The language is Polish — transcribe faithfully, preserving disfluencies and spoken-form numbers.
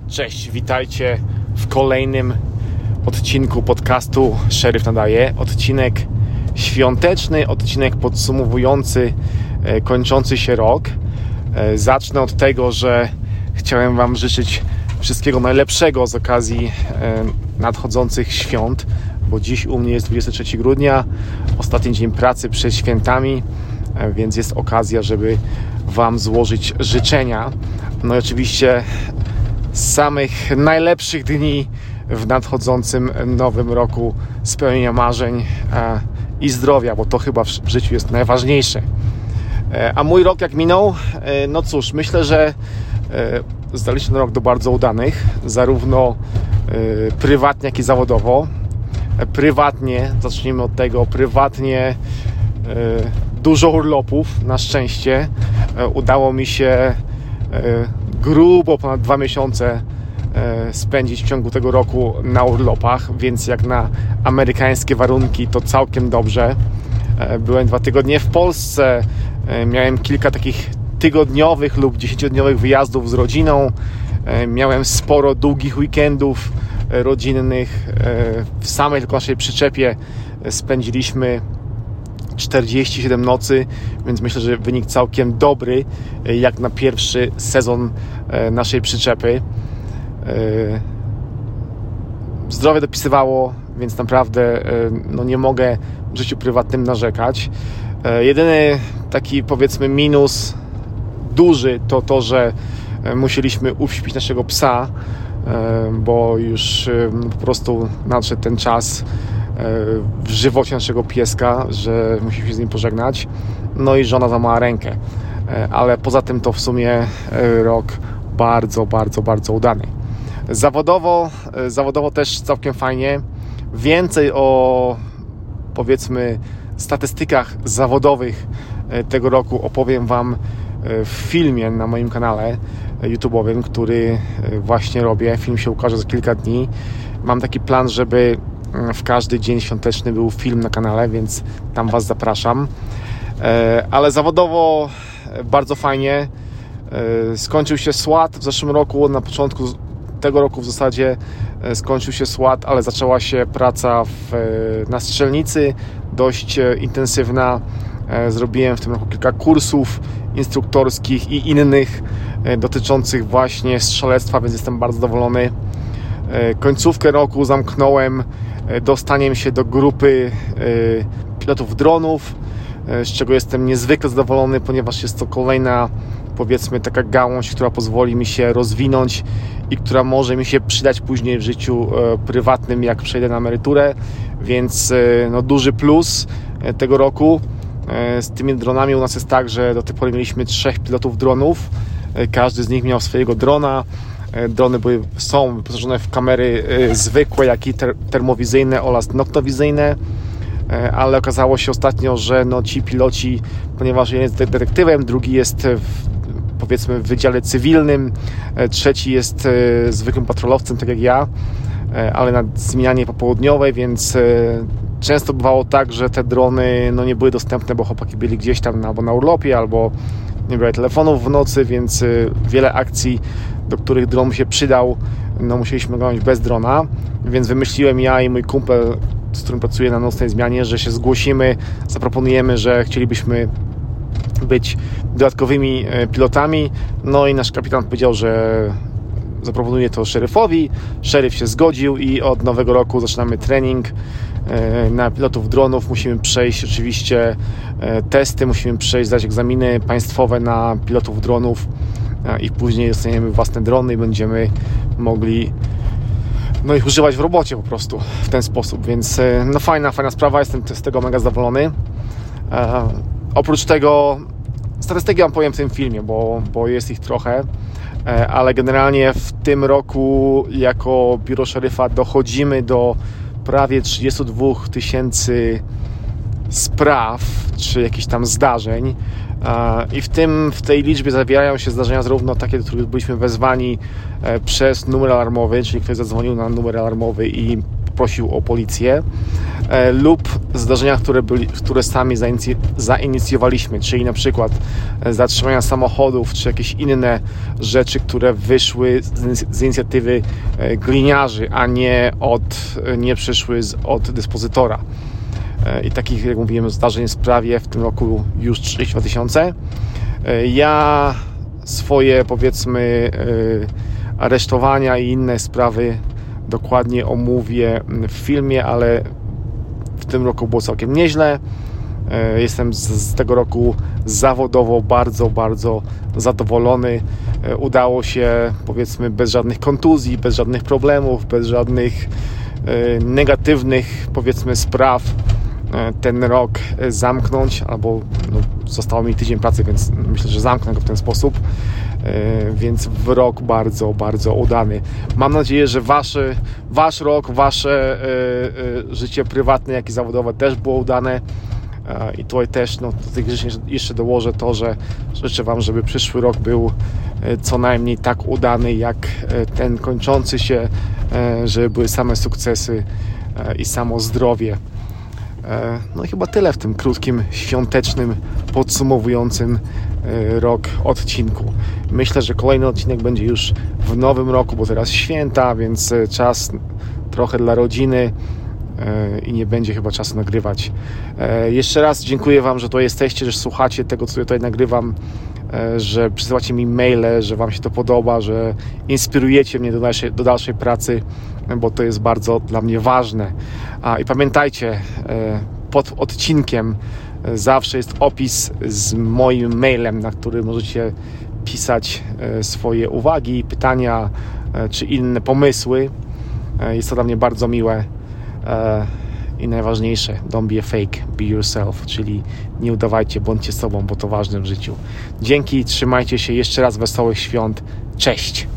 Cześć, witajcie w kolejnym odcinku podcastu Szeryf Nadaje. Odcinek świąteczny, odcinek podsumowujący kończący się rok. Zacznę od tego, że chciałem Wam życzyć wszystkiego najlepszego z okazji nadchodzących świąt, bo dziś u mnie jest dwudziestego trzeciego grudnia, ostatni dzień pracy przed świętami, więc jest okazja, żeby Wam złożyć życzenia. No i oczywiście samych najlepszych dni w nadchodzącym nowym roku, spełnienia marzeń i zdrowia, bo to chyba w życiu jest najważniejsze. A mój rok jak minął? No cóż, myślę, że zdaliśmy ten rok do bardzo udanych, zarówno prywatnie, jak i zawodowo. Prywatnie, zacznijmy od tego, prywatnie dużo urlopów, na szczęście. Udało mi się grubo ponad dwa miesiące spędzić w ciągu tego roku na urlopach, więc jak na amerykańskie warunki to całkiem dobrze. Byłem dwa tygodnie w Polsce, miałem kilka takich tygodniowych lub dziesięciodniowych wyjazdów z rodziną, miałem sporo długich weekendów rodzinnych. W samej tylko naszej przyczepie spędziliśmy czterdzieści siedem nocy, więc myślę, że wynik całkiem dobry jak na pierwszy sezon naszej przyczepy. Zdrowie dopisywało, więc naprawdę no nie mogę w życiu prywatnym narzekać. Jedyny taki, powiedzmy, minus duży to to, że musieliśmy uśpić naszego psa, bo już po prostu nadszedł ten czas w żywocie naszego pieska, że musimy się z nim pożegnać. No i żona złamała rękę. Ale poza tym to w sumie rok bardzo, bardzo, bardzo udany. Zawodowo, zawodowo też całkiem fajnie. Więcej o, powiedzmy, statystykach zawodowych tego roku opowiem Wam w filmie na moim kanale YouTube'owym, który właśnie robię. Film się ukaże za kilka dni. Mam taki plan, żeby w każdy dzień świąteczny był film na kanale, więc tam Was zapraszam. Ale zawodowo bardzo fajnie. Skończył się SWAT w zeszłym roku, na początku tego roku w zasadzie skończył się SWAT, ale zaczęła się praca w, na strzelnicy, dość intensywna. Zrobiłem w tym roku kilka kursów instruktorskich i innych dotyczących właśnie strzelectwa, więc jestem bardzo zadowolony. Końcówkę roku zamknąłem dostaniem się do grupy pilotów dronów, z czego jestem niezwykle zadowolony, ponieważ jest to kolejna, powiedzmy, taka gałąź, która pozwoli mi się rozwinąć i która może mi się przydać później w życiu prywatnym, jak przejdę na emeryturę, więc no, duży plus tego roku. Z tymi dronami u nas jest tak, że do tej pory mieliśmy trzech pilotów dronów, każdy z nich miał swojego drona. Drony były, są wyposażone w kamery zwykłe, jak i ter- termowizyjne oraz noktowizyjne, ale okazało się ostatnio, że no ci piloci, ponieważ jeden jest detektywem, drugi jest w, powiedzmy, w wydziale cywilnym, trzeci jest zwykłym patrolowcem, tak jak ja, ale na zmianie popołudniowej, więc często bywało tak, że te drony no, nie były dostępne, bo chłopaki byli gdzieś tam albo na urlopie, albo nie brali telefonów w nocy, więc wiele akcji, do których dron się przydał, no musieliśmy oglądać bez drona, więc wymyśliłem ja i mój kumpel, z którym pracuję na nocnej zmianie, że się zgłosimy, zaproponujemy, że chcielibyśmy być dodatkowymi pilotami. No i nasz kapitan powiedział, że zaproponuje to szeryfowi. Szeryf się zgodził i od nowego roku zaczynamy trening na pilotów dronów. Musimy przejść oczywiście testy, musimy przejść, zdać egzaminy państwowe na pilotów dronów i później dostaniemy własne drony i będziemy mogli no ich używać w robocie po prostu w ten sposób, więc no fajna, fajna sprawa, jestem z tego mega zadowolony. E, oprócz tego statystyki Wam powiem w tym filmie, bo, bo jest ich trochę, e, ale generalnie w tym roku jako biuro szeryfa dochodzimy do prawie trzydzieści dwa tysięcy spraw, czy jakichś tam zdarzeń. I w tym, w tej liczbie zawierają się zdarzenia zarówno takie, do których byliśmy wezwani przez numer alarmowy, czyli ktoś zadzwonił na numer alarmowy i prosił o policję, lub zdarzenia, które, byli, które sami zainicjowaliśmy, czyli na przykład zatrzymania samochodów, czy jakieś inne rzeczy, które wyszły z, z inicjatywy gliniarzy, a nie, od, nie przyszły z, od dyspozytora. I takich, jak mówiłem, zdarzeń jest prawie w tym roku już trzydzieści dwa tysiące. Ja swoje, powiedzmy, aresztowania i inne sprawy dokładnie omówię w filmie, ale w tym roku było całkiem nieźle. Jestem z, z tego roku zawodowo bardzo, bardzo zadowolony. Udało się, powiedzmy, bez żadnych kontuzji, bez żadnych problemów, bez żadnych negatywnych, powiedzmy, spraw ten rok zamknąć, albo no, zostało mi tydzień pracy, więc myślę, że zamknę go w ten sposób, więc w rok bardzo, bardzo udany. Mam nadzieję, że wasz, wasz rok, wasze życie prywatne, jak i zawodowe też było udane i tutaj też no, do tych życzeń jeszcze dołożę to, że życzę wam, żeby przyszły rok był co najmniej tak udany jak ten kończący się, żeby były same sukcesy i samo zdrowie. No i chyba tyle w tym krótkim, świątecznym, podsumowującym rok odcinku. Myślę, że kolejny odcinek będzie już w nowym roku, bo teraz święta, więc czas trochę dla rodziny i nie będzie chyba czasu nagrywać. Jeszcze raz dziękuję wam, że tu jesteście, że słuchacie tego, co tutaj nagrywam, że przysyłacie mi maile, że wam się to podoba, że inspirujecie mnie do dalszej, do dalszej pracy, bo to jest bardzo dla mnie ważne. A, i pamiętajcie, pod odcinkiem zawsze jest opis z moim mailem, na który możecie pisać swoje uwagi, pytania czy inne pomysły. Jest to dla mnie bardzo miłe. I najważniejsze, don't be a fake, be yourself, czyli nie udawajcie, bądźcie sobą, bo to ważne w życiu. Dzięki, trzymajcie się, jeszcze raz wesołych świąt, cześć!